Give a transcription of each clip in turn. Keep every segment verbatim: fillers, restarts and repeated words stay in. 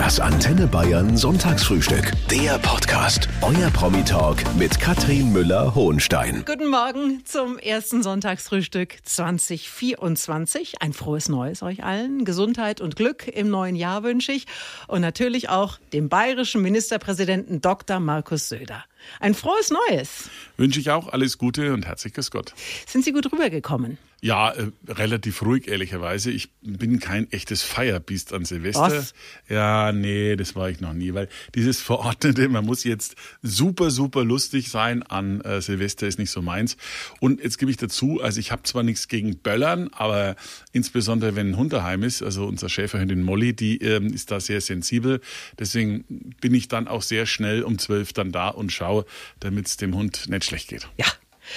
Das Antenne Bayern Sonntagsfrühstück. Der Podcast. Euer Promi-Talk mit Katrin Müller-Hohenstein. Guten Morgen zum ersten Sonntagsfrühstück zwanzig vierundzwanzig. Ein frohes Neues euch allen. Gesundheit und Glück im neuen Jahr wünsche ich. Und natürlich auch dem bayerischen Ministerpräsidenten Doktor Markus Söder. Ein frohes Neues. Wünsche ich auch alles Gute und herzlich grüß Gott. Sind Sie gut rübergekommen? Ja, äh, relativ ruhig, ehrlicherweise. Ich bin kein echtes Feierbiest an Silvester. Was? Ja, nee, das war ich noch nie, weil dieses Verordnete, man muss jetzt super, super lustig sein an äh, Silvester, ist nicht so meins. Und jetzt gebe ich dazu, also ich habe zwar nichts gegen Böllern, aber insbesondere wenn ein Hund daheim ist, also unsere Schäferhündin Molly, die ähm, ist da sehr sensibel. Deswegen bin ich dann auch sehr schnell um zwölf dann da und schaue, damit es dem Hund nicht schlecht geht. Ja,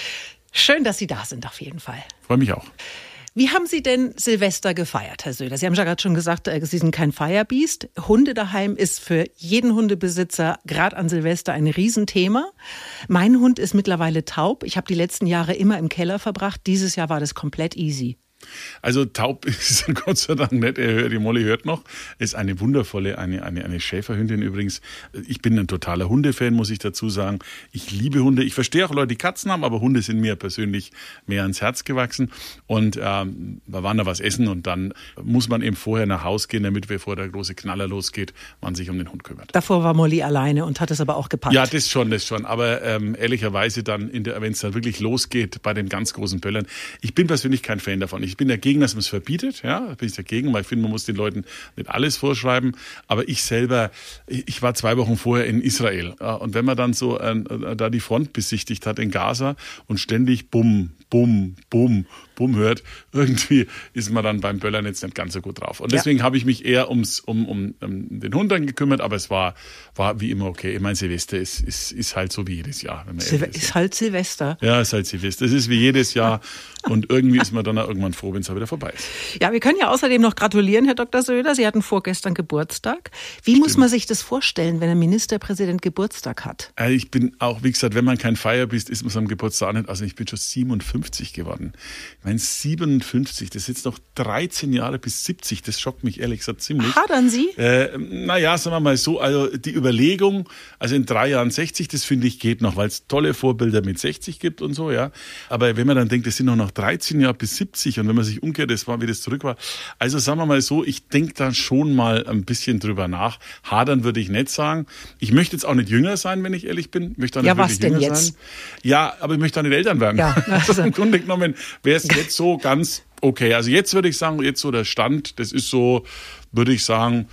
schön, dass Sie da sind auf jeden Fall. Freue mich auch. Wie haben Sie denn Silvester gefeiert, Herr Söder? Sie haben ja gerade schon gesagt, Sie sind kein Feierbiest. Hunde daheim ist für jeden Hundebesitzer gerade an Silvester ein Riesenthema. Mein Hund ist mittlerweile taub. Ich habe die letzten Jahre immer im Keller verbracht. Dieses Jahr war das komplett easy. Also taub ist er Gott sei Dank nicht. Er hört, die Molly hört noch. Ist eine wundervolle, eine, eine, eine Schäferhündin übrigens. Ich bin ein totaler Hundefan, muss ich dazu sagen. Ich liebe Hunde. Ich verstehe auch Leute, die Katzen haben, aber Hunde sind mir persönlich mehr ans Herz gewachsen. Und ähm, wir waren da was essen und dann muss man eben vorher nach Hause gehen, damit bevor der große Knaller losgeht, man sich um den Hund kümmert. Davor war Molly alleine und hat es aber auch gepackt. Ja, das schon, das schon. Aber ähm, ehrlicherweise dann, wenn es dann wirklich losgeht bei den ganz großen Böllern. Ich bin persönlich kein Fan davon. Ich bin dagegen, dass man es verbietet. Ja, da bin ich dagegen, weil ich finde, man muss den Leuten nicht alles vorschreiben. Aber ich selber, ich war zwei Wochen vorher in Israel. Und wenn man dann so äh, da die Front besichtigt hat in Gaza und ständig bumm, bumm, bumm, bumm hört, irgendwie ist man dann beim Böllern jetzt nicht ganz so gut drauf. Und deswegen ja. habe ich mich eher ums, um, um, um den Hund dann gekümmert, aber es war, war wie immer okay. Ich meine, Silvester ist, ist, ist halt so wie jedes Jahr. Wenn man Silve- ist, ist ja. halt Silvester. Ja, ist halt Silvester. Es ist wie jedes Jahr und irgendwie ist man dann auch irgendwann froh, wenn es wieder vorbei ist. Ja, wir können ja außerdem noch gratulieren, Herr Doktor Söder. Sie hatten vorgestern Geburtstag. Wie Stimmt. muss man sich das vorstellen, wenn ein Ministerpräsident Geburtstag hat? Ich bin auch, wie gesagt, wenn man kein Feierbiest ist, muss man am Geburtstag auch nicht. Also ich bin schon siebenundfünfzig geworden. Ich meine, siebenundfünfzig, das ist jetzt noch dreizehn Jahre bis siebzig. Das schockt mich ehrlich gesagt ziemlich. Hadern Sie? Äh, naja, sagen wir mal so, also die Überlegung, also in drei Jahren sechzig, das finde ich geht noch, weil es tolle Vorbilder mit sechzig gibt und so, ja. Aber wenn man dann denkt, das sind noch dreizehn Jahre bis siebzig und wenn man sich umkehrt, das war, wie das zurück war. Also sagen wir mal so, ich denke da schon mal ein bisschen drüber nach. Hadern würde ich nicht sagen. Ich möchte jetzt auch nicht jünger sein, wenn ich ehrlich bin. Ich möchte auch nicht ja, was wirklich denn jünger jetzt? sein. Ja, aber ich möchte auch nicht Eltern werden. Ja. Also im Grunde genommen wäre es jetzt so ganz okay. Also jetzt würde ich sagen, jetzt so der Stand, das ist so, würde ich sagen,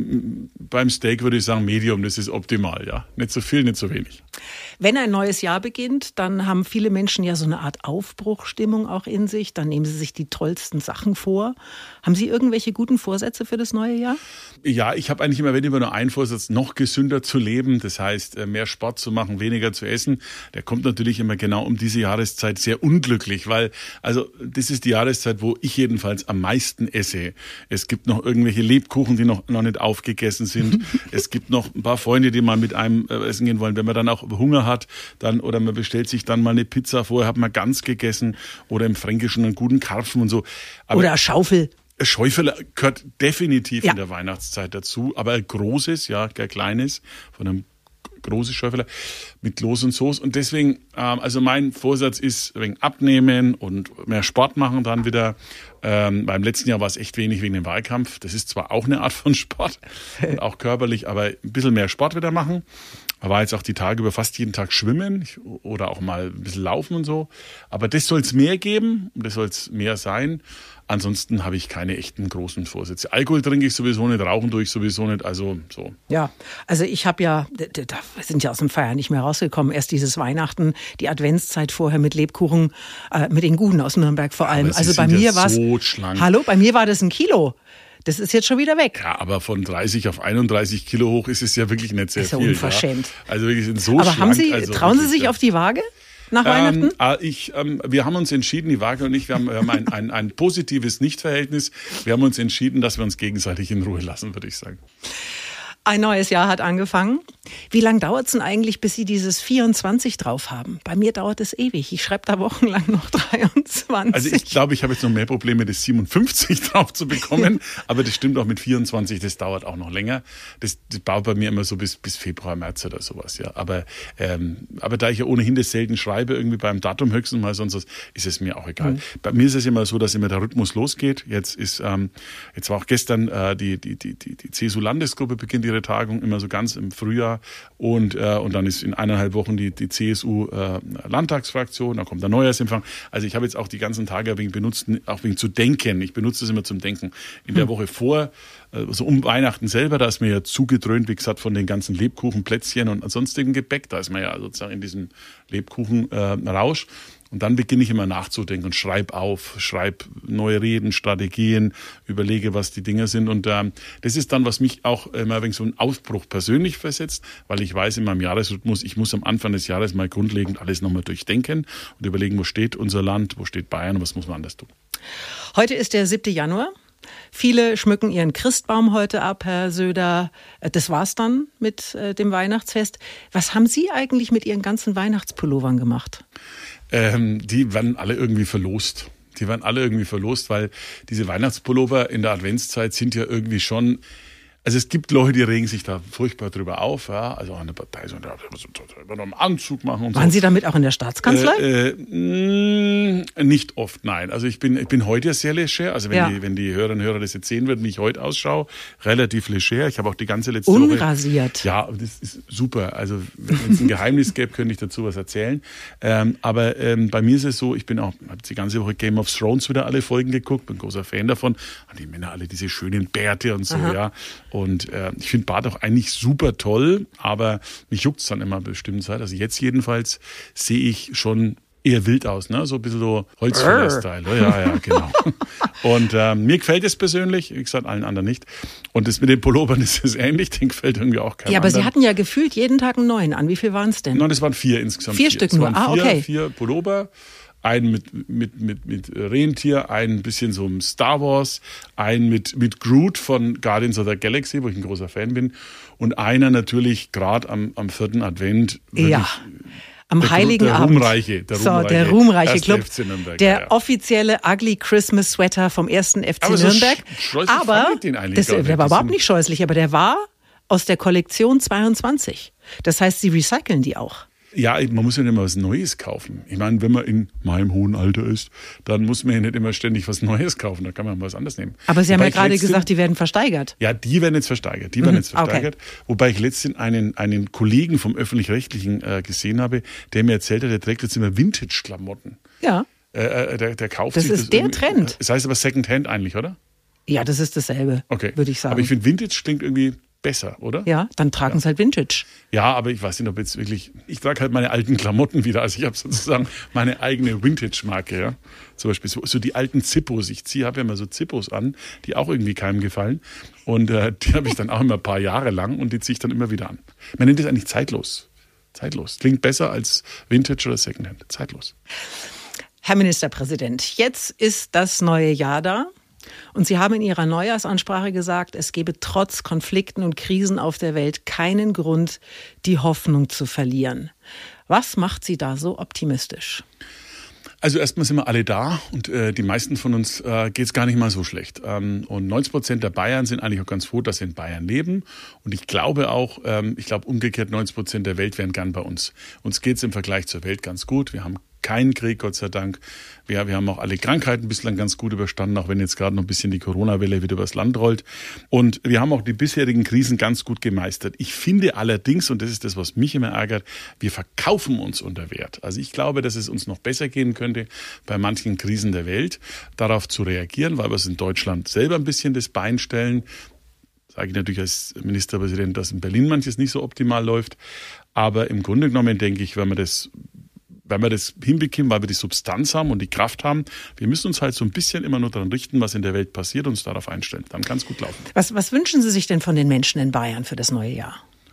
beim Steak würde ich sagen Medium, das ist optimal, ja. Nicht so viel, nicht so wenig. Wenn ein neues Jahr beginnt, dann haben viele Menschen ja so eine Art Aufbruchstimmung auch in sich. Dann nehmen sie sich die tollsten Sachen vor. Haben Sie irgendwelche guten Vorsätze für das neue Jahr? Ja, ich habe eigentlich immer, wenn immer nur einen Vorsatz, noch gesünder zu leben. Das heißt, mehr Sport zu machen, weniger zu essen. Der kommt natürlich immer genau um diese Jahreszeit sehr unglücklich, weil, also das ist die Jahreszeit, wo ich jedenfalls am meisten esse. Es gibt noch irgendwelche Lebkuchen, die noch, noch nicht aufgegessen sind. Es gibt noch ein paar Freunde, die mal mit einem äh, essen gehen wollen. Wenn man dann auch Hunger hat, dann, oder man bestellt sich dann mal eine Pizza, vorher hat man Gans gegessen oder im Fränkischen einen guten Karpfen und so. Aber oder eine Schaufel. Schäufele gehört definitiv ja. in der Weihnachtszeit dazu, aber ein großes, ja, kein kleines, von einem großes Schäufele mit Los und Soße. Und deswegen, ähm, also mein Vorsatz ist, wegen abnehmen und mehr Sport machen dann wieder. Ähm, beim letzten Jahr war es echt wenig wegen dem Wahlkampf. Das ist zwar auch eine Art von Sport, und auch körperlich, aber ein bisschen mehr Sport wieder machen. Da war jetzt auch die Tage über fast jeden Tag schwimmen oder auch mal ein bisschen laufen und so. Aber das soll es mehr geben und das soll es mehr sein. Ansonsten habe ich keine echten großen Vorsätze. Alkohol trinke ich sowieso nicht, rauchen tue ich sowieso nicht, also so. Ja, also ich habe ja, da sind ja aus dem Feiern nicht mehr rausgekommen, erst dieses Weihnachten, die Adventszeit vorher mit Lebkuchen, äh, mit den Guten aus Nürnberg vor allem. Aber also Sie bei sind mir ja war es, so schlank. Hallo, bei mir war das ein Kilo. Das ist jetzt schon wieder weg. Ja, aber von dreißig auf einunddreißig Kilo hoch ist es ja wirklich nicht sehr ist ja viel. Unverschämt. Ja. Also wir sind so aber schlank. haben Sie, also trauen Sie wirklich, sich ja. auf die Waage? Nach Weihnachten? Ähm, ich, ähm, wir haben uns entschieden, die Waage und ich, wir haben, wir haben ein, ein, ein positives Nichtverhältnis. Wir haben uns entschieden, dass wir uns gegenseitig in Ruhe lassen, würde ich sagen. Ein neues Jahr hat angefangen. Wie lange dauert es denn eigentlich, bis Sie dieses vierundzwanzig drauf haben? Bei mir dauert es ewig. Ich schreibe da wochenlang noch dreiundzwanzig. Also ich glaube, ich habe jetzt noch mehr Probleme, das siebenundfünfzig drauf zu bekommen. Aber das stimmt auch mit vierundzwanzig, das dauert auch noch länger. Das, das dauert bei mir immer so bis, bis Februar, März oder sowas. Ja. Aber, ähm, aber da ich ja ohnehin das selten schreibe, irgendwie beim Datum höchstens mal sonst was, ist es mir auch egal. Mhm. Bei mir ist es immer so, dass immer der Rhythmus losgeht. Jetzt ist, ähm, jetzt war auch gestern äh, die, die, die, die, die C S U-Landesgruppe beginnt ihre Tagung immer so ganz im Frühjahr. Und, äh, und dann ist in eineinhalb Wochen die, die C S U-Landtagsfraktion, äh, dann kommt der Neujahrsempfang. Also ich habe jetzt auch die ganzen Tage wegen benutzt, auch wegen zu denken. Ich benutze das immer zum Denken. In der Woche vor, also um Weihnachten selber, da ist mir ja zugedröhnt, wie gesagt, von den ganzen Lebkuchenplätzchen und sonstigen Gebäck. Da ist man ja sozusagen in diesem Lebkuchenrausch. Äh, Und dann beginne ich immer nachzudenken und schreibe auf, schreibe neue Reden, Strategien, überlege, was die Dinge sind. Und ähm, das ist dann, was mich auch immer wegen so einen Ausbruch persönlich versetzt, weil ich weiß in meinem Jahresrhythmus, ich muss am Anfang des Jahres mal grundlegend alles nochmal durchdenken und überlegen, wo steht unser Land, wo steht Bayern und was muss man anders tun. Heute ist der siebte Januar. Viele schmücken ihren Christbaum heute ab, Herr Söder. Das war's dann mit dem Weihnachtsfest. Was haben Sie eigentlich mit Ihren ganzen Weihnachtspullovern gemacht? Ähm, die werden alle irgendwie verlost. Die werden alle irgendwie verlost, weil diese Weihnachtspullover in der Adventszeit sind ja irgendwie schon... Also es gibt Leute, die regen sich da furchtbar drüber auf. Ja? Also an der Partei so, da muss man noch einen Anzug machen und so. Waren Sie damit auch in der Staatskanzlei? Äh, äh, mh, nicht oft, nein. Also ich bin, ich bin heute ja sehr leger. Also wenn, ja. die, wenn die Hörerinnen und Hörer das jetzt sehen würden, wie ich heute ausschaue, relativ leger. Ich habe auch die ganze letzte Unrasiert. Woche... Unrasiert. Ja, das ist super. Also wenn es ein Geheimnis gäbe, könnte ich dazu was erzählen. Ähm, aber ähm, bei mir ist es so, ich bin auch, habe die ganze Woche Game of Thrones wieder alle Folgen geguckt, bin ein großer Fan davon. Und die Männer alle diese schönen Bärte und so, Aha. ja. Und äh, ich finde Bart auch eigentlich super toll, aber mich juckt es dann immer bestimmte Zeit. Also jetzt jedenfalls sehe ich schon eher wild aus, ne? So ein bisschen so Holzfäller-Style. Ja, ja, genau. Und äh, mir gefällt es persönlich, wie gesagt, allen anderen nicht. Und das mit den Pullovern ist es ähnlich, den gefällt irgendwie auch keinem Ja, aber anderen. Sie hatten ja gefühlt jeden Tag einen neuen an. Wie viel waren es denn? Nein, das waren vier insgesamt. Vier, vier. Stück nur, ah, vier, okay. Vier Pullover. Einen mit, mit, mit, mit Rentier, einen bisschen so ein Star Wars, einen mit, mit Groot von Guardians of the Galaxy, wo ich ein großer Fan bin. Und einer natürlich gerade am, am vierten Advent. Ja. Am der, Heiligen der Abend. Ruhmreiche, der so, Ruhmreiche, der Ruhmreiche Club. Der ja. offizielle Ugly Christmas Sweater vom ersten F C aber Nürnberg. So aber das, der war überhaupt nicht scheußlich, aber der war aus der Kollektion zweiundzwanzig. Das heißt, Sie recyceln die auch. Ja, man muss ja nicht immer was Neues kaufen. Ich meine, wenn man in meinem hohen Alter ist, dann muss man ja nicht immer ständig was Neues kaufen. Da kann man was anderes nehmen. Aber Sie Wobei haben ja gerade gesagt, die werden versteigert. Ja, die werden jetzt versteigert. Die werden mhm, jetzt versteigert. Okay. Wobei ich letztens einen, einen Kollegen vom Öffentlich-Rechtlichen äh, gesehen habe, der mir erzählt hat, der trägt jetzt immer Vintage-Klamotten. Ja. Äh, der, der kauft das sich ist das der Trend. Das heißt aber Secondhand eigentlich, oder? Ja, das ist dasselbe, okay. würde ich sagen. Aber ich finde, Vintage klingt irgendwie besser, oder? Ja, dann tragen ja. sie halt Vintage. Ja, aber ich weiß nicht, ob jetzt wirklich... Ich trage halt meine alten Klamotten wieder. Also ich habe sozusagen meine eigene Vintage-Marke. Ja? Zum Beispiel so, so die alten Zippos. Ich ziehe, habe ja immer so Zippos an, die auch irgendwie keinem gefallen. Und äh, die habe ich dann auch immer ein paar Jahre lang und die ziehe ich dann immer wieder an. Man nennt das eigentlich zeitlos. Zeitlos. Klingt besser als Vintage oder Secondhand. Zeitlos. Herr Ministerpräsident, jetzt ist das neue Jahr da. Und Sie haben in Ihrer Neujahrsansprache gesagt, es gebe trotz Konflikten und Krisen auf der Welt keinen Grund, die Hoffnung zu verlieren. Was macht Sie da so optimistisch? Also erstmal sind wir alle da und äh, die meisten von uns äh, geht es gar nicht mal so schlecht. Ähm, und neunzig Prozent der Bayern sind eigentlich auch ganz froh, dass sie in Bayern leben. Und ich glaube auch, ähm, ich glaube umgekehrt neunzig Prozent der Welt wären gern bei uns. Uns geht es im Vergleich zur Welt ganz gut. Wir haben keinen Krieg, Gott sei Dank. Wir, wir haben auch alle Krankheiten bislang ganz gut überstanden, auch wenn jetzt gerade noch ein bisschen die Corona-Welle wieder übers Land rollt. Und wir haben auch die bisherigen Krisen ganz gut gemeistert. Ich finde allerdings, und das ist das, was mich immer ärgert, wir verkaufen uns unter Wert. Also ich glaube, dass es uns noch besser gehen könnte, bei manchen Krisen der Welt darauf zu reagieren, weil wir es in Deutschland selber ein bisschen das Bein stellen. Sage ich natürlich als Ministerpräsident, dass in Berlin manches nicht so optimal läuft. Aber im Grunde genommen denke ich, wenn wir das Wenn wir das hinbekommen, weil wir die Substanz haben und die Kraft haben, wir müssen uns halt so ein bisschen immer nur daran richten, was in der Welt passiert und uns darauf einstellen. Dann kann es gut laufen. Was, was wünschen Sie sich denn von den Menschen in Bayern für das neue Jahr?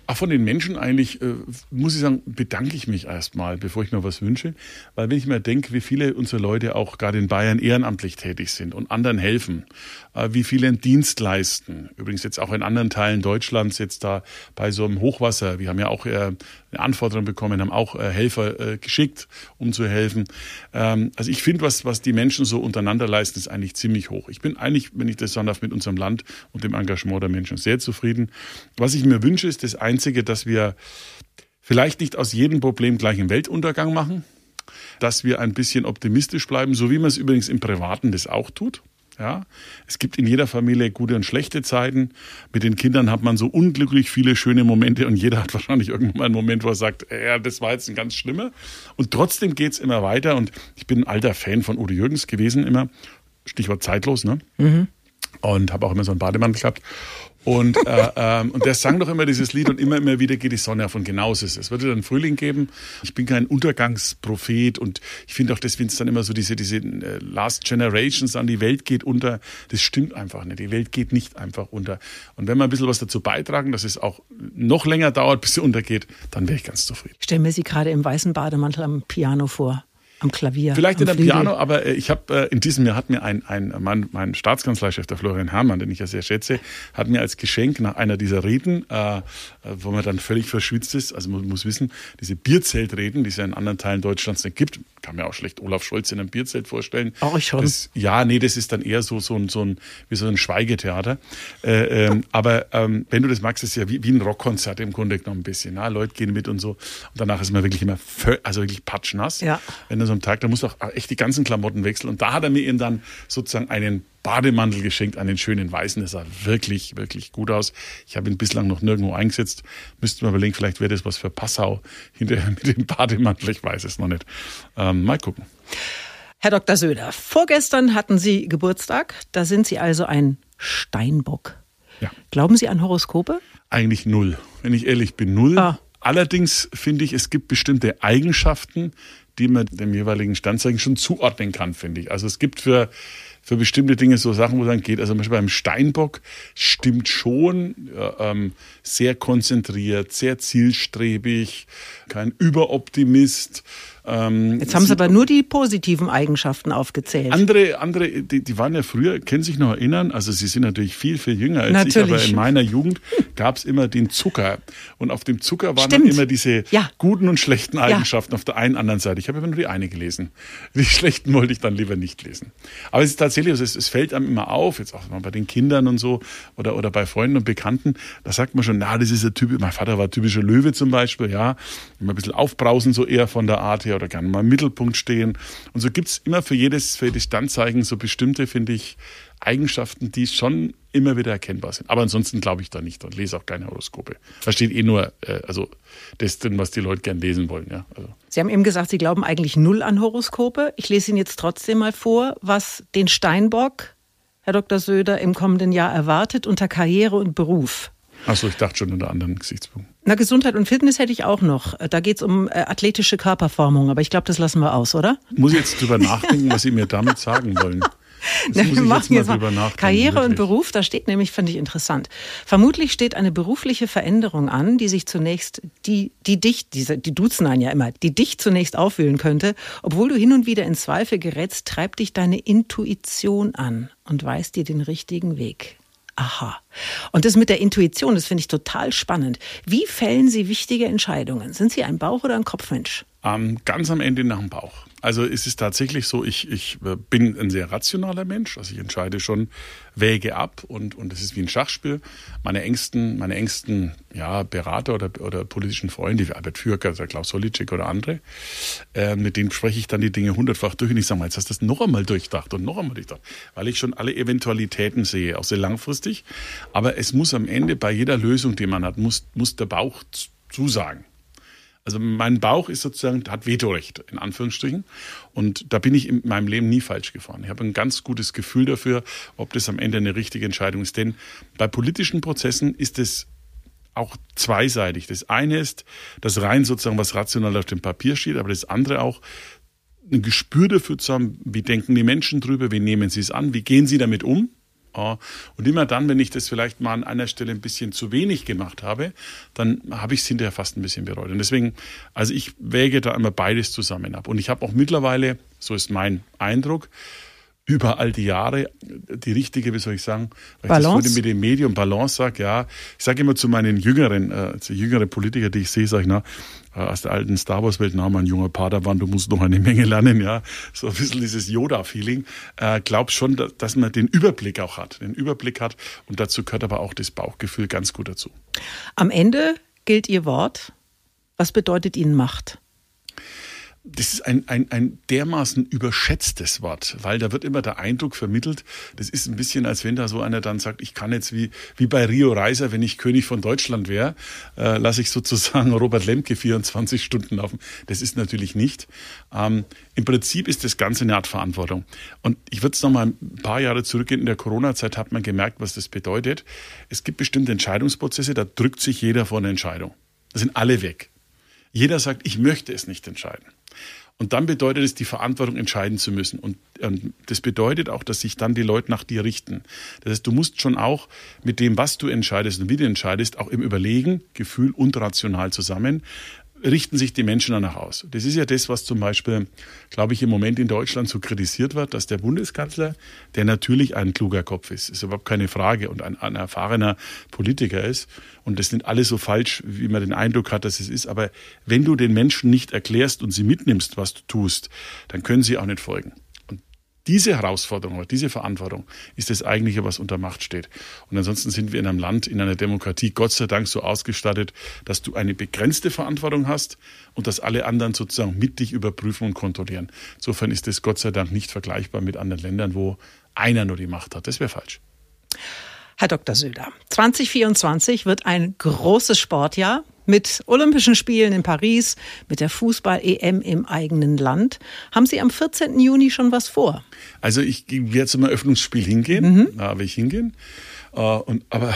Ach, von den Menschen eigentlich, äh, muss ich sagen, bedanke ich mich erstmal, bevor ich noch was wünsche. Weil wenn ich mir denke, wie viele unserer Leute auch gerade in Bayern ehrenamtlich tätig sind und anderen helfen, äh, wie viele einen Dienst leisten. Übrigens jetzt auch in anderen Teilen Deutschlands, jetzt da bei so einem Hochwasser. Wir haben ja auch äh, eine Anforderung bekommen, haben auch äh, Helfer äh, geschickt, um zu helfen. Ähm, also ich finde, was, was die Menschen so untereinander leisten, ist eigentlich ziemlich hoch. Ich bin eigentlich, wenn ich das sagen darf, mit unserem Land und dem Engagement der Menschen sehr zufrieden. Was ich mir wünsche, ist das Einzige, dass wir vielleicht nicht aus jedem Problem gleich einen Weltuntergang machen, dass wir ein bisschen optimistisch bleiben, so wie man es übrigens im Privaten das auch tut. Ja, es gibt in jeder Familie gute und schlechte Zeiten. Mit den Kindern hat man so unglücklich viele schöne Momente und jeder hat wahrscheinlich irgendwann mal einen Moment, wo er sagt, ja, das war jetzt ein ganz schlimmer. Und trotzdem geht's immer weiter und ich bin ein alter Fan von Udo Jürgens gewesen immer. Stichwort zeitlos, ne? Mhm. Und habe auch immer so einen Bademantel gehabt. Und, äh, ähm, und der sang doch immer dieses Lied und immer, immer wieder geht die Sonne auf und genau ist es. Es wird dann Frühling geben. Ich bin kein Untergangsprophet und ich finde auch, dass wenn es dann immer so diese, diese äh, Last Generations an die Welt geht unter, das stimmt einfach nicht. Die Welt geht nicht einfach unter. Und wenn wir ein bisschen was dazu beitragen, dass es auch noch länger dauert, bis sie untergeht, dann wäre ich ganz zufrieden. Ich stelle mir Sie gerade im weißen Bademantel am Piano vor. Am Klavier. Vielleicht in am der Piano, aber ich habe in diesem Jahr hat mir ein, ein mein, mein Staatskanzleichef, der Florian Herrmann, den ich ja sehr schätze, hat mir als Geschenk nach einer dieser Reden, äh, wo man dann völlig verschwitzt ist, also man muss wissen, diese Bierzeltreden, die es ja in anderen Teilen Deutschlands nicht gibt, kann mir auch schlecht Olaf Scholz in einem Bierzelt vorstellen. Auch ich schon. Das, ja, nee, das ist dann eher so so ein, so ein wie so ein Schweigetheater. Äh, ähm, aber ähm, wenn du das magst, ist es ja wie, wie ein Rockkonzert im Grunde genommen ein bisschen. Na? Leute gehen mit und so. Und danach ist man wirklich immer, vö- also wirklich patschnass. Ja. Wenn du so am Tag, da musst du auch echt die ganzen Klamotten wechseln. Und da hat er mir eben dann sozusagen einen Bademantel geschenkt, einen schönen weißen. Das sah wirklich, wirklich gut aus. Ich habe ihn bislang noch nirgendwo eingesetzt. Müsste man überlegen, vielleicht wäre das was für Passau hinterher mit dem Bademantel. Ich weiß es noch nicht. Ähm, mal gucken. Herr Doktor Söder, vorgestern hatten Sie Geburtstag. Da sind Sie also ein Steinbock. Ja. Glauben Sie an Horoskope? Eigentlich null, wenn ich ehrlich bin, null. Ah. Allerdings finde ich, es gibt bestimmte Eigenschaften, die man dem jeweiligen Sternzeichen schon zuordnen kann, finde ich. Also es gibt für, für bestimmte Dinge so Sachen, wo es dann geht. Also zum Beispiel beim Steinbock stimmt schon, ja, ähm, sehr konzentriert, sehr zielstrebig, kein Überoptimist. Ähm, Jetzt haben Sie aber nur die positiven Eigenschaften aufgezählt. Andere, andere, die, die waren ja früher, können sich noch erinnern, also Sie sind natürlich viel, viel jünger als natürlich. ich, aber in meiner Jugend gab es immer den Zucker. Und auf dem Zucker waren dann immer diese ja. guten und schlechten Eigenschaften ja. auf der einen anderen Seite. Ich habe aber nur die eine gelesen. Die schlechten wollte ich dann lieber nicht lesen. Aber es ist tatsächlich, also es, es fällt einem immer auf, jetzt auch mal bei den Kindern und so, oder, oder bei Freunden und Bekannten, da sagt man schon, na, das ist der Typ, mein Vater war typischer Löwe zum Beispiel, ja, immer ein bisschen aufbrausen, so eher von der Art her, oder gerne mal im Mittelpunkt stehen. Und so gibt es immer für jedes, für jedes Sternzeichen so bestimmte, finde ich, Eigenschaften, die schon immer wieder erkennbar sind. Aber ansonsten glaube ich da nicht und lese auch keine Horoskope. Da steht eh nur äh, also das drin, was die Leute gern lesen wollen. Ja, also. Sie haben eben gesagt, Sie glauben eigentlich null an Horoskope. Ich lese Ihnen jetzt trotzdem mal vor, was den Steinbock, Herr Doktor Söder, im kommenden Jahr erwartet unter Karriere und Beruf. Achso, ich dachte schon unter anderen Gesichtspunkten. Na, Gesundheit und Fitness hätte ich auch noch. Da geht es um äh, athletische Körperformung, aber ich glaube, das lassen wir aus, oder? Muss ich jetzt drüber nachdenken, was Sie mir damit sagen wollen? Das Na, muss wir ich machen jetzt mal jetzt drüber nachdenken. Karriere wirklich. und Beruf, da steht nämlich, finde ich interessant. Vermutlich steht eine berufliche Veränderung an, die sich zunächst, die, die dich, diese, die duzen einen ja immer, die dich zunächst aufwühlen könnte. Obwohl du hin und wieder in Zweifel gerätst, treibt dich deine Intuition an und weist dir den richtigen Weg. Aha. Und das mit der Intuition, das finde ich total spannend. Wie fällen Sie wichtige Entscheidungen? Sind Sie ein Bauch- oder ein Kopfmensch? Ähm, ganz am Ende nach dem Bauch. Also es ist tatsächlich so, ich, ich bin ein sehr rationaler Mensch. Also ich entscheide schon, wäge ab und und es ist wie ein Schachspiel. Meine engsten, meine engsten ja, Berater oder, oder politischen Freunde, wie Albert Fürker, der Klaus Hollitschek oder andere, äh, mit denen spreche ich dann die Dinge hundertfach durch und ich sage mal, jetzt hast du das noch einmal durchdacht und noch einmal durchdacht, weil ich schon alle Eventualitäten sehe, auch sehr langfristig. Aber es muss am Ende bei jeder Lösung, die man hat, muss, muss der Bauch zusagen. Also mein Bauch ist sozusagen, hat Vetorecht, in Anführungsstrichen. Und da bin ich in meinem Leben nie falsch gefahren. Ich habe ein ganz gutes Gefühl dafür, ob das am Ende eine richtige Entscheidung ist. Denn bei politischen Prozessen ist es auch zweiseitig. Das eine ist, dass rein sozusagen was rational auf dem Papier steht, aber das andere auch, ein Gespür dafür zu haben, wie denken die Menschen drüber, wie nehmen sie es an, wie gehen sie damit um. Und immer dann, wenn ich das vielleicht mal an einer Stelle ein bisschen zu wenig gemacht habe, dann habe ich es hinterher fast ein bisschen bereut. Und deswegen, also ich wäge da immer beides zusammen ab. Und ich habe auch mittlerweile, so ist mein Eindruck, über all die Jahre die richtige, wie soll ich sagen, weil Balance? ich das vorhin mit dem Medium Balance sage, ja, ich sage immer zu meinen jüngeren, äh, zu jüngeren Politiker, die ich sehe, sage ich, na, äh, aus der alten Star Wars Welt, na, mein junger Padawan, du musst noch eine Menge lernen, ja, so ein bisschen dieses Yoda-Feeling, äh, glaub schon, dass, dass man den Überblick auch hat, den Überblick hat und dazu gehört aber auch das Bauchgefühl ganz gut dazu. Am Ende gilt Ihr Wort. Was bedeutet Ihnen Macht? Das ist ein, ein, ein dermaßen überschätztes Wort, weil da wird immer der Eindruck vermittelt, das ist ein bisschen, als wenn da so einer dann sagt, ich kann jetzt wie, wie bei Rio Reiser, wenn ich König von Deutschland wäre, äh, lasse ich sozusagen Robert Lemke vierundzwanzig Stunden laufen. Das ist natürlich nicht. Ähm, im Prinzip ist das Ganze eine Art Verantwortung. Und ich würde es noch mal ein paar Jahre zurückgehen. In der Corona-Zeit hat man gemerkt, was das bedeutet. Es gibt bestimmte Entscheidungsprozesse, da drückt sich jeder vor eine Entscheidung. Da sind alle weg. Jeder sagt, ich möchte es nicht entscheiden. Und dann bedeutet es, die Verantwortung entscheiden zu müssen. Und ähm, das bedeutet auch, dass sich dann die Leute nach dir richten. Das heißt, du musst schon auch mit dem, was du entscheidest und wie du entscheidest, auch im Überlegen, Gefühl und rational zusammen, richten sich die Menschen danach aus. Das ist ja das, was zum Beispiel, glaube ich, im Moment in Deutschland so kritisiert wird, dass der Bundeskanzler, der natürlich ein kluger Kopf ist, ist überhaupt keine Frage, und ein, ein erfahrener Politiker ist. Und das sind alle so falsch, wie man den Eindruck hat, dass es ist. Aber wenn du den Menschen nicht erklärst und sie mitnimmst, was du tust, dann können sie auch nicht folgen. Diese Herausforderung oder diese Verantwortung ist das Eigentliche, was unter Macht steht. Und ansonsten sind wir in einem Land, in einer Demokratie, Gott sei Dank so ausgestattet, dass du eine begrenzte Verantwortung hast und dass alle anderen sozusagen mit dich überprüfen und kontrollieren. Insofern ist das Gott sei Dank nicht vergleichbar mit anderen Ländern, wo einer nur die Macht hat. Das wäre falsch. Herr Doktor Söder, zwanzig vierundzwanzig wird ein großes Sportjahr mit Olympischen Spielen in Paris, mit der Fußball-E M im eigenen Land. Haben Sie am vierzehnten Juni schon was vor? Also ich werde zum Eröffnungsspiel hingehen, mhm. da werde ich hingehen. Und, aber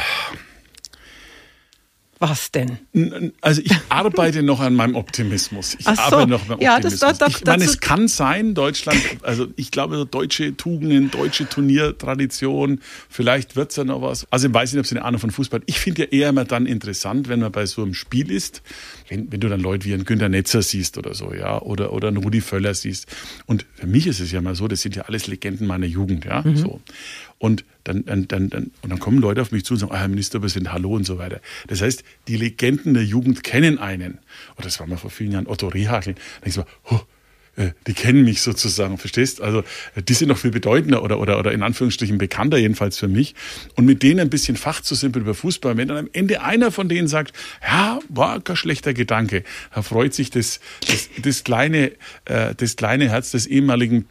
was denn? Also ich arbeite noch an meinem Optimismus. Ich Ach so. arbeite noch an meinem ja, Optimismus. Das, das, das, ich meine, es kann sein, Deutschland, also ich glaube, deutsche Tugenden, deutsche Turniertradition, vielleicht wird es ja noch was. Also ich weiß nicht, ob Sie eine Ahnung von Fußball. Ich finde ja eher immer dann interessant, wenn man bei so einem Spiel ist, wenn, wenn du dann Leute wie einen Günter Netzer siehst oder so, ja, oder, oder einen Rudi Völler siehst. Und für mich ist es ja mal so, das sind ja alles Legenden meiner Jugend, ja, mhm. so. Und dann, dann, dann, dann, und dann kommen Leute auf mich zu und sagen, ah, Herr Ministerpräsident, hallo und so weiter. Das heißt, die Legenden der Jugend kennen einen. Und das war mal vor vielen Jahren Otto Rehhagel. Da denke ich so, oh, die kennen mich sozusagen, verstehst? Also die sind noch viel bedeutender oder, oder, oder in Anführungsstrichen bekannter, jedenfalls für mich. Und mit denen ein bisschen fachzusimpeln über Fußball, wenn dann am Ende einer von denen sagt, ja, war kein schlechter Gedanke, da freut sich das, das, das, kleine, äh, das kleine Herz des ehemaligen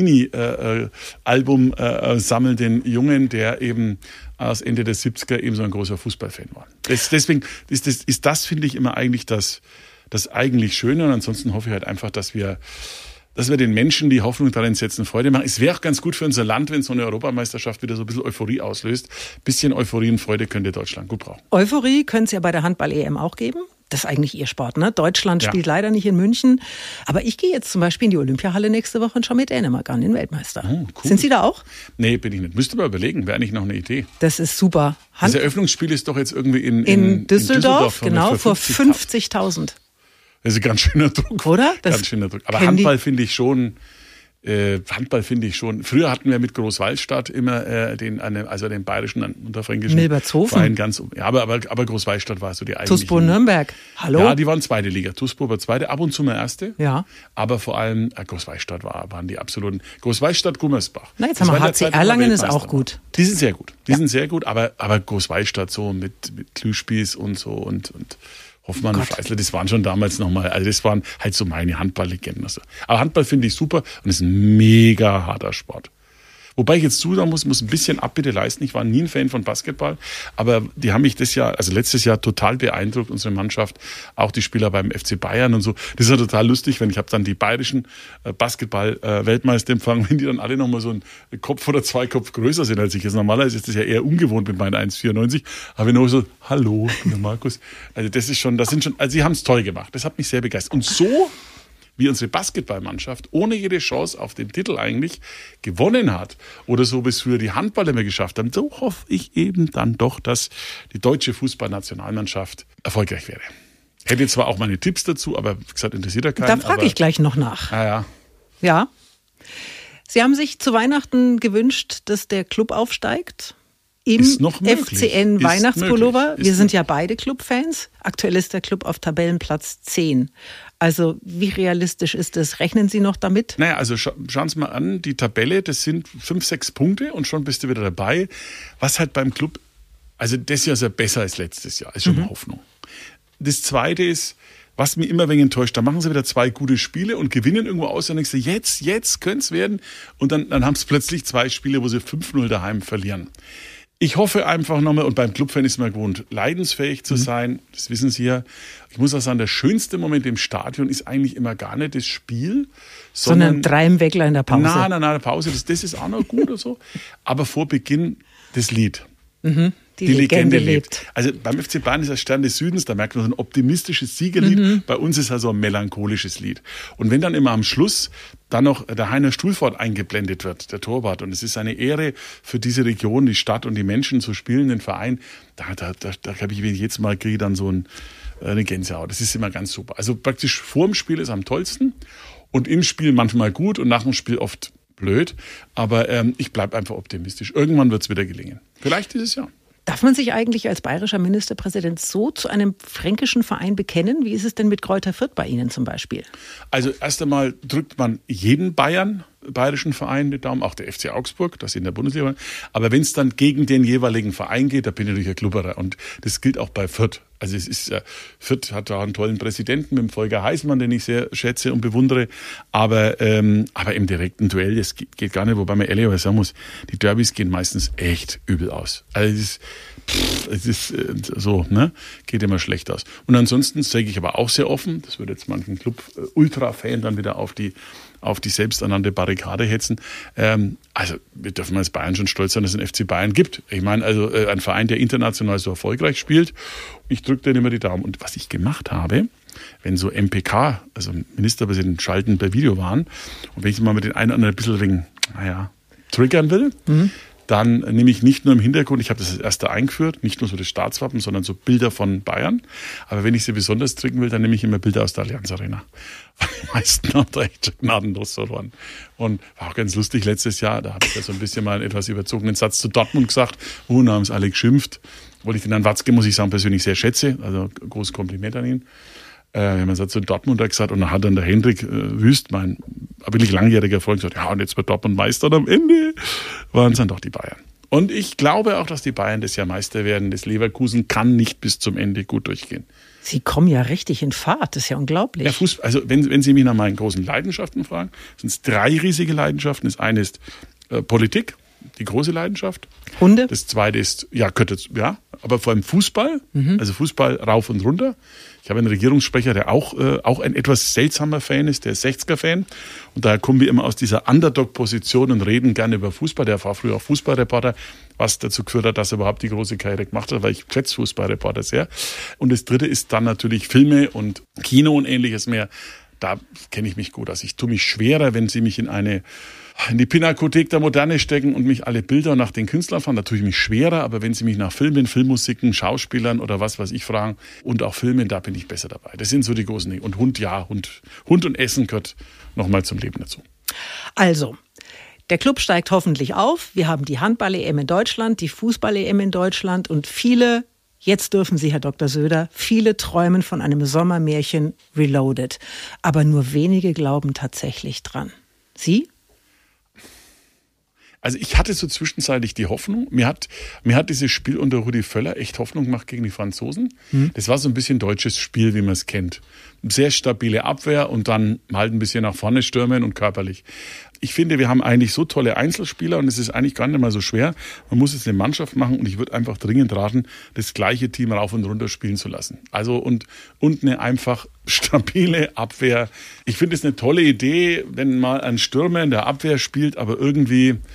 Panini-Album äh, äh, sammelnden Jungen, der eben aus Ende der siebziger eben so ein großer Fußballfan war. Das, deswegen ist das, ist das, finde ich, immer eigentlich das, das eigentlich Schöne. Und ansonsten hoffe ich halt einfach, dass wir, dass wir den Menschen, die Hoffnung darin setzen, Freude machen. Es wäre auch ganz gut für unser Land, wenn so eine Europameisterschaft wieder so ein bisschen Euphorie auslöst. Ein bisschen Euphorie und Freude könnte Deutschland gut brauchen. Euphorie können es ja bei der Handball-E M auch geben. Das ist eigentlich Ihr Sport, ne? Deutschland Ja. spielt leider nicht in München. Aber ich gehe jetzt zum Beispiel in die Olympiahalle nächste Woche und schaue mir Dänemark an, den Weltmeister. Oh, cool. Sind Sie da auch? Nee, bin ich nicht. Müsste mal überlegen, wäre eigentlich noch eine Idee. Das ist super. Das Hand Eröffnungsspiel ist doch jetzt irgendwie in, in, in, Düsseldorf, in genau, vor fünfzigtausend. fünfzigtausend. Das ist ein ganz schöner Druck. Oder? Das ganz schöner Druck. Aber kennen die- Handball finde ich schon, äh, Handball finde ich schon. Früher hatten wir mit Großwallstadt immer äh, den, eine, also den bayerischen unterfränkischen Milbertshofen. Verein ganz, ja, aber, aber, aber Großwallstadt war so die eigentliche. Tuspo Nürnberg. Hallo? Ja, die waren zweite Liga. Tuspo war zweite, ab und zu mal erste. Ja. Aber vor allem äh, Großwallstadt war, waren die absoluten. Großwallstadt, Gummersbach. Na, jetzt Das haben wir war in der H C Zeit, wo wir Erlangen ist Weltmeister auch gut. waren. Die sind sehr gut. Die Ja. sind sehr gut, aber, aber Großwallstadt so mit, mit Klüspieß und so und, und Hoffmann und Gott. Freisler, das waren schon damals nochmal, also das waren halt so meine Handballlegenden. Also. Aber Handball finde ich super und ist ein mega harter Sport. Wobei ich jetzt zusagen muss, muss ein bisschen Abbitte leisten. Ich war nie ein Fan von Basketball, aber die haben mich das Jahr, also letztes Jahr total beeindruckt, unsere Mannschaft, auch die Spieler beim F C Bayern und so. Das ist ja total lustig, wenn ich habe dann die bayerischen Basketball-Weltmeister empfangen, wenn die dann alle nochmal so einen Kopf oder zwei Kopf größer sind als ich. Jetzt normalerweise ist das ja eher ungewohnt mit meinen eins Komma vierundneunzig, aber wenn nur so, hallo, ich bin der Markus. Also das ist schon, das sind schon, also sie haben es toll gemacht. Das hat mich sehr begeistert. Und so wie unsere Basketballmannschaft ohne jede Chance auf den Titel eigentlich gewonnen hat oder so wie es früher die Handballer immer geschafft haben, so hoffe ich eben dann doch, dass die deutsche Fußballnationalmannschaft erfolgreich wäre. Hätte zwar auch meine Tipps dazu, aber wie gesagt, interessiert ja keinen. Da frage ich gleich noch nach. Ah, ja. Ja. Sie haben sich zu Weihnachten gewünscht, dass der Club aufsteigt. Im F C N Weihnachtspullover. Wir sind ja beide Clubfans. Aktuell ist der Club auf Tabellenplatz zehn. Also wie realistisch ist das? Rechnen Sie noch damit? Naja, also scha- schauen Sie mal an, die Tabelle, das sind fünf, sechs Punkte und schon bist du wieder dabei. Was halt beim Club, also das Jahr ist ja besser als letztes Jahr, ist schon mhm. eine Hoffnung. Das Zweite ist, was mich immer ein wenig enttäuscht, da machen sie wieder zwei gute Spiele und gewinnen irgendwo aus und denkst du, jetzt, jetzt könnte es werden. Und dann, dann haben sie plötzlich zwei Spiele, wo sie fünf null daheim verlieren. Ich hoffe einfach nochmal, und beim Clubfan ist man gewohnt, leidensfähig zu mhm. sein, das wissen Sie ja. Ich muss auch sagen, der schönste Moment im Stadion ist eigentlich immer gar nicht das Spiel, sondern, sondern drei im Weckler in der Pause. Nein, nein, nein, der Pause, das, das ist auch noch gut oder so. Aber vor Beginn das Lied. Mhm. Die, die Legende, Legende lebt. lebt. Also beim F C Bayern ist das Stern des Südens, da merkt man so ein optimistisches Siegerlied. Mhm. Bei uns ist also ein melancholisches Lied. Und wenn dann immer am Schluss dann noch der Heiner Stuhlfort eingeblendet wird, der Torwart, und es ist eine Ehre für diese Region, die Stadt und die Menschen zu spielen, den Verein, da, da, da, da habe ich jedes Mal kriege dann so ein, eine Gänsehaut. Das ist immer ganz super. Also praktisch vor dem Spiel ist am tollsten und im Spiel manchmal gut und nach dem Spiel oft blöd. Aber ähm, ich bleibe einfach optimistisch. Irgendwann wird es wieder gelingen. Vielleicht dieses Jahr. Darf man sich eigentlich als bayerischer Ministerpräsident so zu einem fränkischen Verein bekennen? Wie ist es denn mit Greuther Fürth bei Ihnen zum Beispiel? Also erst einmal drückt man jeden Bayern, bayerischen Verein, den Daumen, auch der F C Augsburg, das in der Bundesliga. Aber wenn es dann gegen den jeweiligen Verein geht, da bin ich natürlich ein Klubberer. Und das gilt auch bei Fürth. Also es ist, äh, Fürth hat da einen tollen Präsidenten mit dem Volker Heißmann, den ich sehr schätze und bewundere. Aber, ähm, aber im direkten Duell, das geht, geht gar nicht, wobei man ehrlich sagen muss, die Derbys gehen meistens echt übel aus. Also es ist, pff, es ist äh, so, ne, geht immer schlecht aus. Und ansonsten sage ich aber auch sehr offen, das würde jetzt manchen Club-Ultra-Fan dann wieder auf die auf die selbsternannte Barrikade hetzen. Ähm, also wir dürfen als Bayern schon stolz sein, dass es einen F C Bayern gibt. Ich meine, also äh, ein Verein, der international so erfolgreich spielt. Ich drücke denen immer die Daumen. Und was ich gemacht habe, wenn so M P K, also Ministerpräsidenten schalten per Video waren, und wenn ich mal mit den einen oder anderen ein bisschen wegen, naja, triggern will, mhm. dann nehme ich nicht nur im Hintergrund, ich habe das als erster eingeführt, nicht nur so das Staatswappen, sondern so Bilder von Bayern. Aber wenn ich sie besonders triggern will, dann nehme ich immer Bilder aus der Allianz Arena. Weil die meisten haben da echt gnadenlos verloren. Und war auch ganz lustig letztes Jahr, da habe ich ja so ein bisschen mal einen etwas überzogenen Satz zu Dortmund gesagt. Oh, da haben es alle geschimpft. Obwohl ich den Herrn Watzke, muss ich sagen, persönlich sehr schätze. Also großes Kompliment an ihn. Äh, wir haben einen Satz zu Dortmund gesagt und dann hat dann der Hendrik äh, Wüst, mein wirklich langjähriger Freund, gesagt, ja, und jetzt wird Dortmund Meister und am Ende waren es dann doch die Bayern. Und ich glaube auch, dass die Bayern das Jahr Meister werden. Das Leverkusen kann nicht bis zum Ende gut durchgehen. Sie kommen ja richtig in Fahrt, das ist ja unglaublich. Ja, Fußball, also wenn, wenn Sie mich nach meinen großen Leidenschaften fragen, sind es drei riesige Leidenschaften. Das eine ist äh, Politik, die große Leidenschaft. Hunde? Das zweite ist, ja, könnte, ja, aber vor allem Fußball, mhm. also Fußball rauf und runter. Ich habe einen Regierungssprecher, der auch, äh, auch ein etwas seltsamer Fan ist, der ist sechziger-Fan. Und daher kommen wir immer aus dieser Underdog-Position und reden gerne über Fußball. Der war früher auch Fußballreporter, was dazu geführt hat, dass er überhaupt die große Karriere gemacht hat, weil ich schätze Fußballreporter sehr. Und das dritte ist dann natürlich Filme und Kino und ähnliches mehr. Da kenne ich mich gut aus. Ich tue mich schwerer, wenn Sie mich in eine in die Pinakothek der Moderne stecken und mich alle Bilder nach den Künstlern fragen, da tue ich mich schwerer. Aber wenn Sie mich nach Filmen, Filmmusiken, Schauspielern oder was weiß ich fragen und auch Filmen, da bin ich besser dabei. Das sind so die großen Dinge. Und Hund, ja, Hund, Hund und Essen gehört nochmal zum Leben dazu. Also, der Club steigt hoffentlich auf. Wir haben die Handball-E M in Deutschland, die Fußball-E M in Deutschland und viele, jetzt dürfen Sie, Herr Doktor Söder, viele träumen von einem Sommermärchen Reloaded. Aber nur wenige glauben tatsächlich dran. Sie? Also ich hatte so zwischenzeitlich die Hoffnung, mir hat, mir hat dieses Spiel unter Rudi Völler echt Hoffnung gemacht gegen die Franzosen. Hm. Das war so ein bisschen deutsches Spiel, wie man es kennt. Sehr stabile Abwehr und dann halt ein bisschen nach vorne stürmen und körperlich. Ich finde, wir haben eigentlich so tolle Einzelspieler und es ist eigentlich gar nicht mal so schwer. Man muss jetzt eine Mannschaft machen und ich würde einfach dringend raten, das gleiche Team rauf und runter spielen zu lassen. Also und, und eine einfach stabile Abwehr. Ich finde es eine tolle Idee, wenn mal ein Stürmer in der Abwehr spielt, aber irgendwie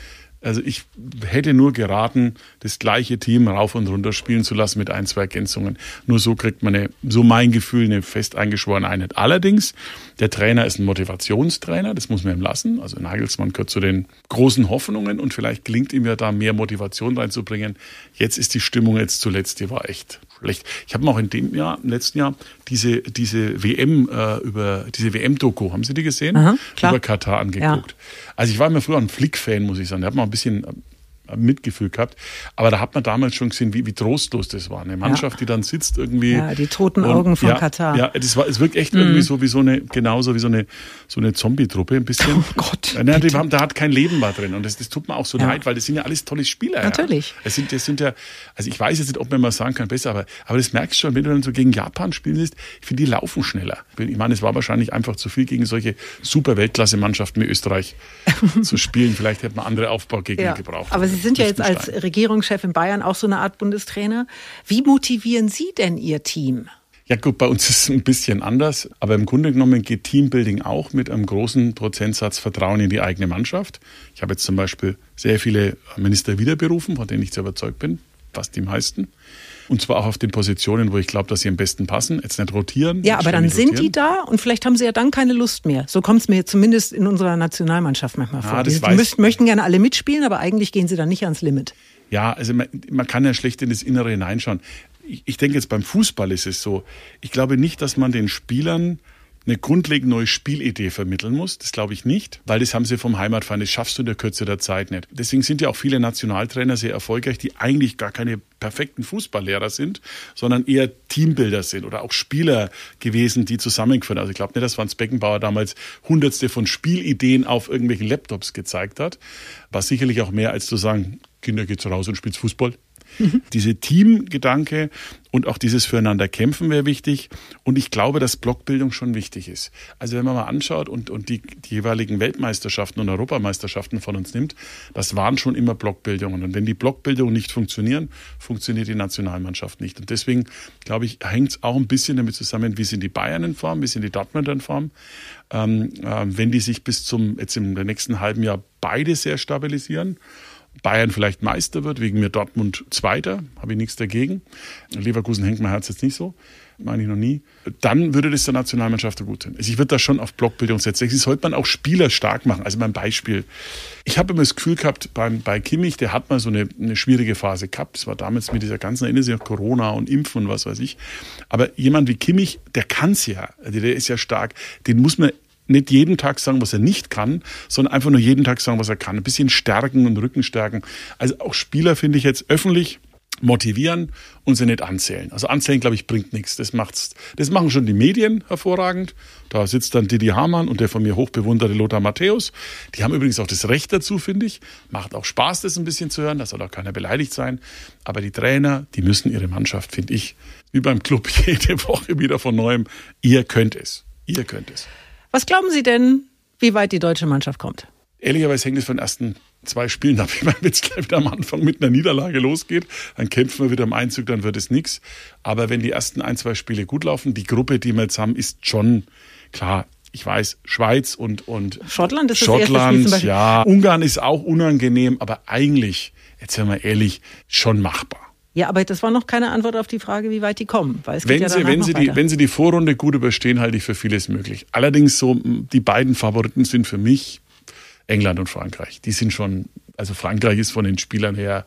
Also ich hätte nur geraten, das gleiche Team rauf und runter spielen zu lassen mit ein, zwei Ergänzungen. Nur so kriegt man, eine, so mein Gefühl, eine fest eingeschworene Einheit. Allerdings, der Trainer ist ein Motivationstrainer, das muss man ihm lassen. Also Nagelsmann gehört zu den großen Hoffnungen und vielleicht gelingt ihm ja da mehr Motivation reinzubringen. Jetzt ist die Stimmung jetzt zuletzt, die war echt schlecht. Ich habe mir auch in dem Jahr, im letzten Jahr, diese, diese W M äh, über diese W M-Doku, haben Sie die gesehen? Aha, klar. Über Katar angeguckt. Ja. Also ich war immer früher ein Flick-Fan, muss ich sagen. Da hat man ein bisschen Mitgefühl gehabt. Aber da hat man damals schon gesehen, wie, wie trostlos das war. Eine Mannschaft, ja. die dann sitzt irgendwie. Ja, die toten Augen und, von ja, Katar. Ja, das war, es wirkt echt mhm. irgendwie so wie so eine, genauso wie so eine, so eine Zombie-Truppe ein bisschen. Oh Gott. Ja, die haben, da hat kein Leben war drin. Und das, das tut mir auch so ja. leid, weil das sind ja alles tolle Spieler. Natürlich. Ja. Es sind, das sind ja, also ich weiß jetzt nicht, ob man mal sagen kann, besser, aber, aber das merkst du schon, wenn du dann so gegen Japan spielen siehst, ich finde, die laufen schneller. Ich meine, es war wahrscheinlich einfach zu viel gegen solche super Weltklasse-Mannschaften wie Österreich zu spielen. Vielleicht hätte man andere Aufbaugegner ja. gebraucht. Aber Sie sind ja jetzt als Regierungschef in Bayern auch so eine Art Bundestrainer. Wie motivieren Sie denn Ihr Team? Ja gut, bei uns ist es ein bisschen anders, aber im Grunde genommen geht Teambuilding auch mit einem großen Prozentsatz Vertrauen in die eigene Mannschaft. Ich habe jetzt zum Beispiel sehr viele Minister wiederberufen, von denen ich sehr überzeugt bin, fast die meisten. Und zwar auch auf den Positionen, wo ich glaube, dass sie am besten passen. Jetzt nicht rotieren. Ja, aber dann sind die da und vielleicht haben sie ja dann keine Lust mehr. So kommt es mir zumindest in unserer Nationalmannschaft manchmal vor. Ah, die müssen, möchten gerne alle mitspielen, aber eigentlich gehen sie dann nicht ans Limit. Ja, also man, man kann ja schlecht in das Innere hineinschauen. Ich, ich denke jetzt beim Fußball ist es so. Ich glaube nicht, dass man den Spielern eine grundlegend neue Spielidee vermitteln muss. Das glaube ich nicht, weil das haben sie vom Heimatverein, das schaffst du in der Kürze der Zeit nicht. Deswegen sind ja auch viele Nationaltrainer sehr erfolgreich, die eigentlich gar keine perfekten Fußballlehrer sind, sondern eher Teambuilder sind oder auch Spieler gewesen, die zusammengeführt haben. Also ich glaube nicht, dass Franz Beckenbauer damals Hundertste von Spielideen auf irgendwelchen Laptops gezeigt hat. War sicherlich auch mehr als zu sagen, Kinder, geht raus und spielt Fußball. Mhm. Diese Teamgedanke und auch dieses Füreinander kämpfen wäre wichtig. Und ich glaube, dass Blockbildung schon wichtig ist. Also wenn man mal anschaut und, und die, die jeweiligen Weltmeisterschaften und Europameisterschaften von uns nimmt, das waren schon immer Blockbildungen. Und wenn die Blockbildungen nicht funktionieren, funktioniert die Nationalmannschaft nicht. Und deswegen, glaube ich, hängt es auch ein bisschen damit zusammen, wie sind die Bayern in Form, wie sind die Dortmunder in Form. Ähm, äh, wenn die sich bis zum, jetzt im nächsten halben Jahr beide sehr stabilisieren, Bayern vielleicht Meister wird, wegen mir Dortmund Zweiter, habe ich nichts dagegen. Leverkusen hängt mein Herz jetzt nicht so, meine ich noch nie. Dann würde das der Nationalmannschaft gut sein. Also ich würde da schon auf Blockbildung setzen. Das sollte man auch Spieler stark machen. Also mein Beispiel. Ich habe immer das Gefühl gehabt, beim, bei Kimmich, der hat mal so eine, eine schwierige Phase gehabt. Das war damals mit dieser ganzen, erinnern Sie sich an Corona und Impfen und was weiß ich. Aber jemand wie Kimmich, der kann es ja. Also der ist ja stark. Den muss man nicht jeden Tag sagen, was er nicht kann, sondern einfach nur jeden Tag sagen, was er kann. Ein bisschen stärken und Rücken stärken. Also auch Spieler finde ich jetzt öffentlich motivieren und sie nicht anzählen. Also anzählen, glaube ich, bringt nichts. Das macht's, das machen schon die Medien hervorragend. Da sitzt dann Didi Hamann und der von mir hochbewunderte Lothar Matthäus. Die haben übrigens auch das Recht dazu, finde ich. Macht auch Spaß, das ein bisschen zu hören. Da soll auch keiner beleidigt sein. Aber die Trainer, die müssen ihre Mannschaft, finde ich, wie beim Club jede Woche wieder von Neuem. Ihr könnt es. Ihr könnt es. Was glauben Sie denn, wie weit die deutsche Mannschaft kommt? Ehrlicherweise hängt es von den ersten zwei Spielen ab. Ich meine, wenn es gleich wieder am Anfang mit einer Niederlage losgeht, dann kämpfen wir wieder im Einzug, dann wird es nichts. Aber wenn die ersten ein, zwei Spiele gut laufen, die Gruppe, die wir jetzt haben, ist schon klar. Ich weiß, Schweiz und, und Schottland ist Schottland, das erste Spiel zum Beispiel. Ja, Ungarn ist auch unangenehm, aber eigentlich, jetzt sind wir ehrlich, schon machbar. Ja, aber das war noch keine Antwort auf die Frage, wie weit die kommen. Weil es geht wenn, ja sie, wenn, noch sie die, wenn sie die Vorrunde gut überstehen, halte ich für vieles möglich. Allerdings so, die beiden Favoriten sind für mich England und Frankreich. Die sind schon, also Frankreich ist von den Spielern her,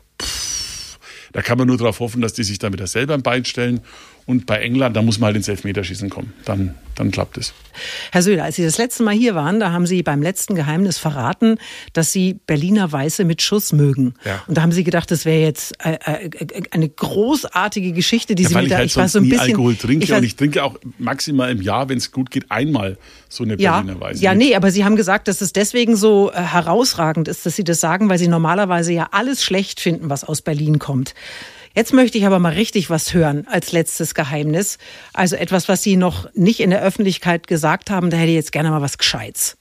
pff, da kann man nur darauf hoffen, dass die sich dann wieder selber ein Bein stellen. Und bei England, da muss man halt ins Elfmeterschießen kommen. Dann, dann klappt es. Herr Söder, als Sie das letzte Mal hier waren, da haben Sie beim letzten Geheimnis verraten, dass Sie Berliner Weiße mit Schuss mögen. Ja. Und da haben Sie gedacht, das wäre jetzt eine großartige Geschichte, die ja, Sie weil mit ich da. halt Ich war sonst so ein nie bisschen Alkohol trinke ich war, und ich trinke auch maximal im Jahr, wenn es gut geht, einmal so eine ja, Berliner Weiße. Ja, nee, aber Sie haben gesagt, dass es deswegen so äh, herausragend ist, dass Sie das sagen, weil Sie normalerweise ja alles schlecht finden, was aus Berlin kommt. Jetzt möchte ich aber mal richtig was hören als letztes Geheimnis. Also etwas, was Sie noch nicht in der Öffentlichkeit gesagt haben, da hätte ich jetzt gerne mal was Gescheites.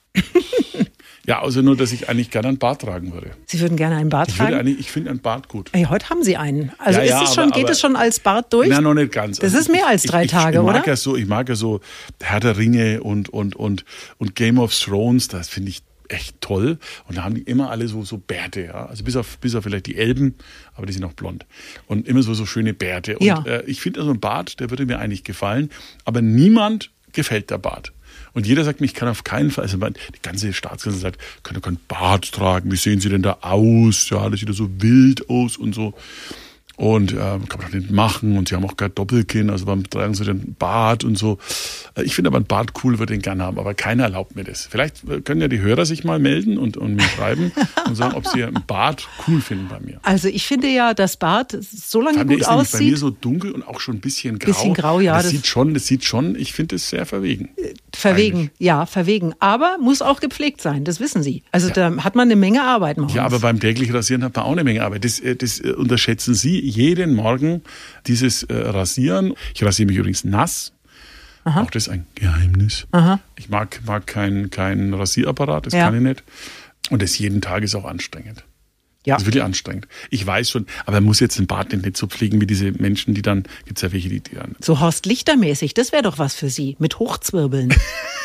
Ja, also nur, dass ich eigentlich gerne einen Bart tragen würde. Sie würden gerne einen Bart ich tragen? Würde eigentlich, ich finde einen Bart gut. Hey, heute haben Sie einen. Also ja, ist ja, es schon, aber, geht aber, es schon als Bart durch? Nein, noch nicht ganz. Das also ist mehr als ich, drei ich, Tage, ich mag oder? Ja so, ich mag ja so Herr der Ringe und, und, und, und Game of Thrones, das finde ich echt toll. Und da haben die immer alle so, so Bärte, ja. Also bis auf, bis auf vielleicht die Elben, aber die sind noch blond. Und immer so, so schöne Bärte. Und ja. äh, ich finde also ein Bart, der würde mir eigentlich gefallen. Aber niemand gefällt der Bart. Und jeder sagt mir, ich kann auf keinen Fall, also die ganze Staatskanzlei sagt, kann doch keinen Bart tragen, wie sehen Sie denn da aus? Ja, das sieht ja so wild aus und so. Und äh, kann man doch nicht machen. Und sie haben auch kein Doppelkinn, also warum tragen sie den Bart und so. Ich finde aber ein Bart cool, würde den gerne haben, aber keiner erlaubt mir das. Vielleicht können ja die Hörer sich mal melden und, und mir schreiben und sagen, ob sie einen Bart cool finden bei mir. Also ich finde ja, das Bart so lange Vor allem, gut der ist aussieht. Bei mir so dunkel und auch schon ein bisschen grau. Bisschen grau, ja. Das, Das sieht schon, das sieht schon, ich finde es sehr verwegen. Verwegen, Eigentlich. ja, verwegen. Aber muss auch gepflegt sein, das wissen Sie. Also ja. Da hat man eine Menge Arbeit morgens. Ja, aber beim täglichen Rasieren hat man auch eine Menge Arbeit. Das, das unterschätzen Sie jeden Morgen, dieses äh, Rasieren. Ich rasiere mich übrigens nass. Aha. Auch das ist ein Geheimnis. Aha. Ich mag, mag keinen kein Rasierapparat, das ja. kann ich nicht. Und das jeden Tag ist auch anstrengend. Ja. Das ist wirklich anstrengend. Ich weiß schon, aber man muss jetzt den Bart nicht so pflegen wie diese Menschen, die dann, gibt es ja welche, die, die dann... So Horst Lichter-mäßig, das wäre doch was für Sie, mit Hochzwirbeln.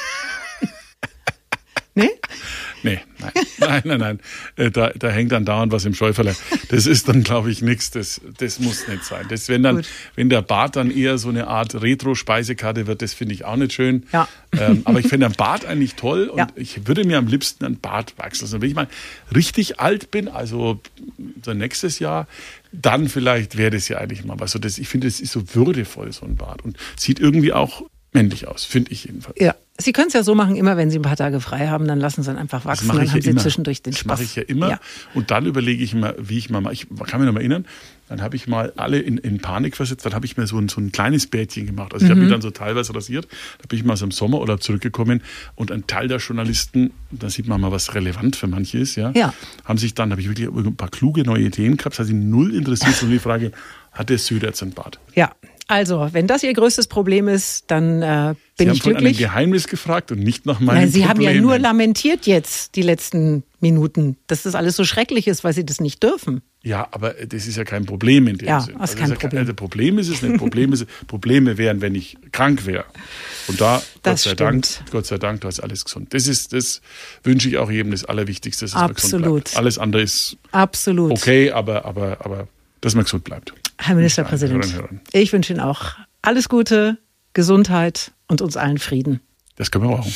Ne? Nee, nein, nein, nein, nein. Da, da hängt dann dauernd was im Schäuferle. Das ist dann, glaube ich, nichts. Das, das muss nicht sein. Das, wenn, dann, wenn der Bart dann eher so eine Art Retro-Speisekarte wird, das finde ich auch nicht schön. Ja. Ähm, aber ich finde einen Bart eigentlich toll und ja. ich würde mir am liebsten einen Bart wachsen lassen. Wenn ich mal richtig alt bin, also so nächstes Jahr, dann vielleicht wäre das ja eigentlich mal was. So, das, ich finde, das ist so würdevoll, so ein Bart. Und sieht irgendwie auch männlich aus, finde ich jedenfalls. Ja. Sie können es ja so machen, immer wenn Sie ein paar Tage frei haben, dann lassen Sie ihn einfach wachsen, dann haben ja Sie immer. zwischendurch den das Spaß. Das mache ich ja immer ja. Und dann überlege ich mir, wie ich mal, ich kann mich noch mal erinnern, dann habe ich mal alle in, in Panik versetzt, dann habe ich mir so ein, so ein kleines Bärtchen gemacht. Also ich mhm. habe mich dann so teilweise rasiert, da bin ich mal so im Sommerurlaub zurückgekommen und ein Teil der Journalisten, da sieht man mal, was relevant für manche ist, ja, ja. haben sich dann, habe ich wirklich ein paar kluge neue Ideen gehabt, das hat sie null interessiert, sondern die Frage, hat der Söder jetzt einen Bart? Ja. Also, wenn das Ihr größtes Problem ist, dann äh, bin Sie ich glücklich. Sie haben von einem Geheimnis gefragt und nicht nach meinen Nein, Sie Problemen. haben ja nur lamentiert jetzt die letzten Minuten, dass das alles so schrecklich ist, weil Sie das nicht dürfen. Ja, aber das ist ja kein Problem in dem ja, Sinne. Das ist also kein das ist Problem. Ja kein, Problem ist es nicht. Problem ist, Probleme wären, wenn ich krank wäre. Und da, Gott sei Dank, Gott sei Dank, da ist alles gesund. Das ist, das wünsche ich auch jedem das Allerwichtigste, dass man gesund bleibt. Alles andere ist Absolut. okay, aber, aber, aber dass man gesund bleibt. Herr Ministerpräsident, Hörern, Hörern. Ich wünsche Ihnen auch alles Gute, Gesundheit und uns allen Frieden. Das können wir brauchen.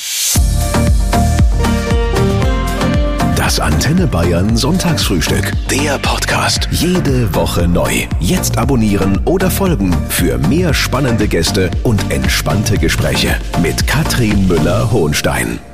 Das Antenne Bayern Sonntagsfrühstück. Der Podcast. Jede Woche neu. Jetzt abonnieren oder folgen für mehr spannende Gäste und entspannte Gespräche mit Katrin Müller-Hohenstein.